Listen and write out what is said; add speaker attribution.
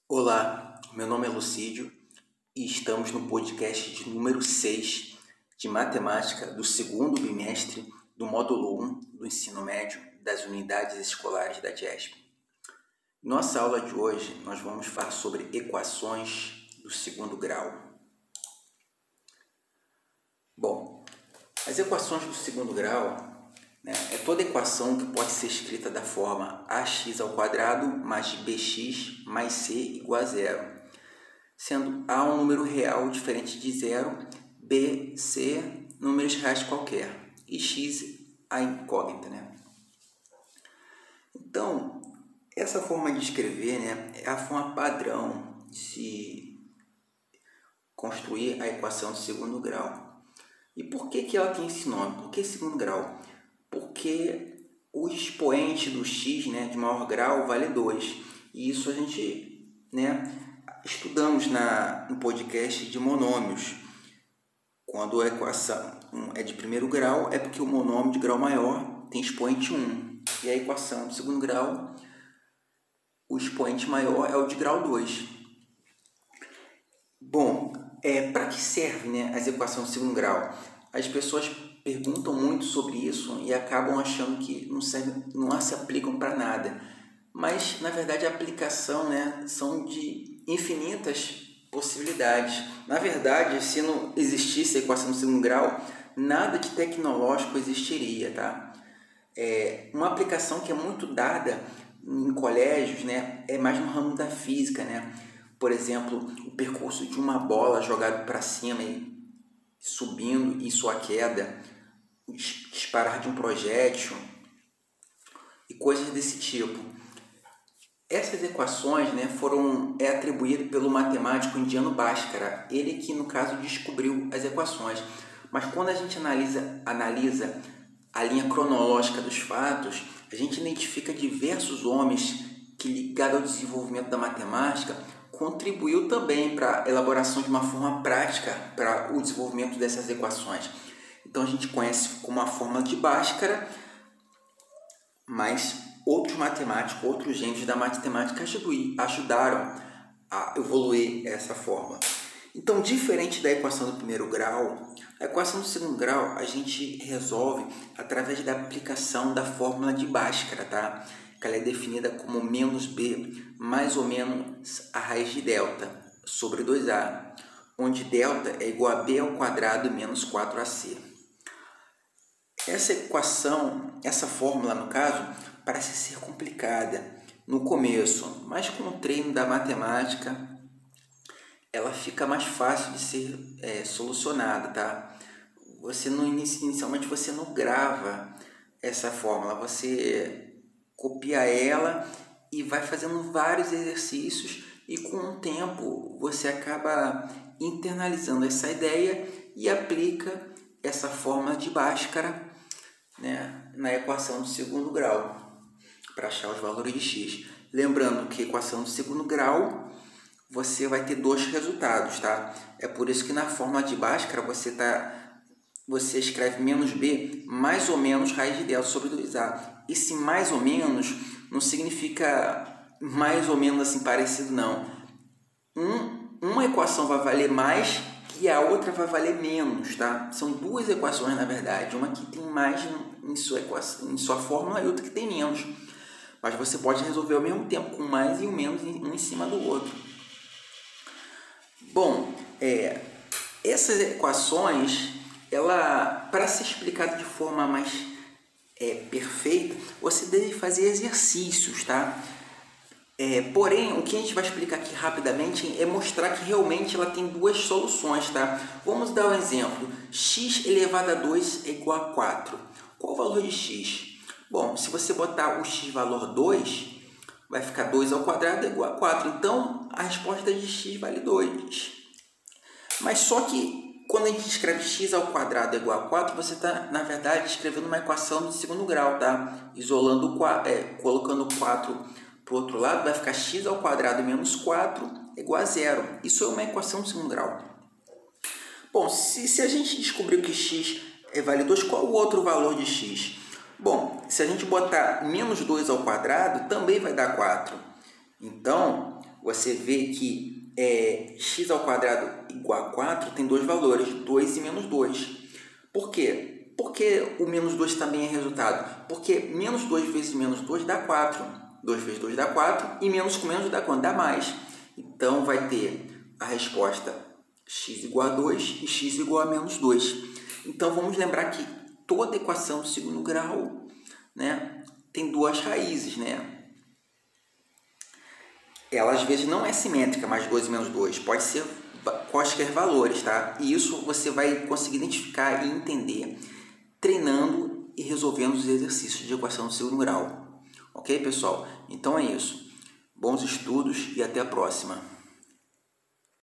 Speaker 1: Olá, meu nome é Lucídio e estamos no podcast de número 6 de Matemática do segundo bimestre do módulo 1 do ensino médio das unidades escolares da DIESP. Nossa aula de hoje nós vamos falar sobre equações do segundo grau. Bom, as equações do segundo grau é toda equação que pode ser escrita da forma ax ao quadrado mais bx mais c igual a zero, sendo a um número real diferente de zero, b, c, números reais qualquer, e x a incógnita. Então, essa forma de escrever é a forma padrão de se construir a equação do segundo grau. E por que ela tem esse nome? Por que segundo grau? Porque o expoente do x de maior grau vale 2. E isso a gente estudamos no podcast de monômios. Quando a equação é de primeiro grau, é porque o monômio de grau maior tem expoente 1. E a equação de segundo grau, o expoente maior é o de grau 2. Bom, para que servem as equações de segundo grau? As pessoas perguntam muito sobre isso e acabam achando que não se aplicam para nada. Mas, na verdade, a aplicação são de infinitas possibilidades. Na verdade, se não existisse a equação do segundo grau, nada de tecnológico existiria, tá? Uma aplicação que é muito dada em colégios, é mais no ramo da física, Por exemplo, o percurso de uma bola jogada para cima e subindo e sua queda, disparar de um projétil e coisas desse tipo. Essas equações foram atribuídas pelo matemático indiano Bhaskara, ele que no caso descobriu as equações. Mas quando a gente analisa a linha cronológica dos fatos, a gente identifica diversos homens que, ligados ao desenvolvimento da matemática, contribuiu também para a elaboração de uma forma prática para o desenvolvimento dessas equações. Então a gente conhece como a fórmula de Bhaskara, mas outros matemáticos, outros gênios da matemática ajudaram a evoluir essa fórmula. Então, diferente da equação do primeiro grau, a equação do segundo grau a gente resolve através da aplicação da fórmula de Bhaskara, tá? Que ela é definida como menos b mais ou menos a raiz de delta sobre 2a, onde delta é igual a b ao quadrado menos 4ac. Essa equação, essa fórmula no caso, parece ser complicada no começo, mas com o treino da matemática ela fica mais fácil de ser solucionada, tá? Inicialmente você não grava essa fórmula, você copia ela e vai fazendo vários exercícios e com o tempo você acaba internalizando essa ideia e aplica essa fórmula de Bhaskara na equação do segundo grau para achar os valores de x. Lembrando que a equação do segundo grau você vai ter dois resultados, tá? É por isso que na fórmula de Bhaskara você escreve menos b mais ou menos raiz de delta sobre 2a. Esse mais ou menos não significa mais ou menos assim parecido, não. Uma equação vai valer mais e a outra vai valer menos, tá? São duas equações, na verdade. Uma que tem mais em sua fórmula e outra que tem menos. Mas você pode resolver ao mesmo tempo, com mais e o menos um em cima do outro. Bom, essas equações, para ser explicado de forma mais perfeita, você deve fazer exercícios, tá? Porém, o que a gente vai explicar aqui rapidamente é mostrar que realmente ela tem duas soluções, tá? Vamos dar um exemplo. X elevado a 2 é igual a 4. Qual o valor de x? Bom, se você botar o x valor 2, vai ficar 2 ao quadrado é igual a 4. Então, a resposta de x vale 2. Mas só que quando a gente escreve x ao quadrado é igual a 4, você está, na verdade, escrevendo uma equação de segundo grau, tá? Isolando, colocando 4 para o outro lado, vai ficar x ao quadrado menos 4 igual a 0. Isso é uma equação de segundo grau. Bom, se a gente descobriu que x vale 2, qual o outro valor de x? Bom, se a gente botar menos 2 ao quadrado, também vai dar 4. Então, você vê que x ao quadrado igual a 4 tem dois valores, 2 e menos 2. Por quê? Porque o menos 2 também é resultado. Porque menos 2 vezes menos 2 dá 4. 2 vezes 2 dá 4 e menos com menos dá quanto? Dá mais. Então, vai ter a resposta x igual a 2 e x igual a menos 2. Então, vamos lembrar que toda equação do segundo grau, né, tem duas raízes, né? Ela às vezes não é simétrica, mais 2 e menos 2. Pode ser quaisquer valores, tá? E isso você vai conseguir identificar e entender treinando e resolvendo os exercícios de equação do segundo grau. Ok, pessoal? Então é isso. Bons estudos e até a próxima.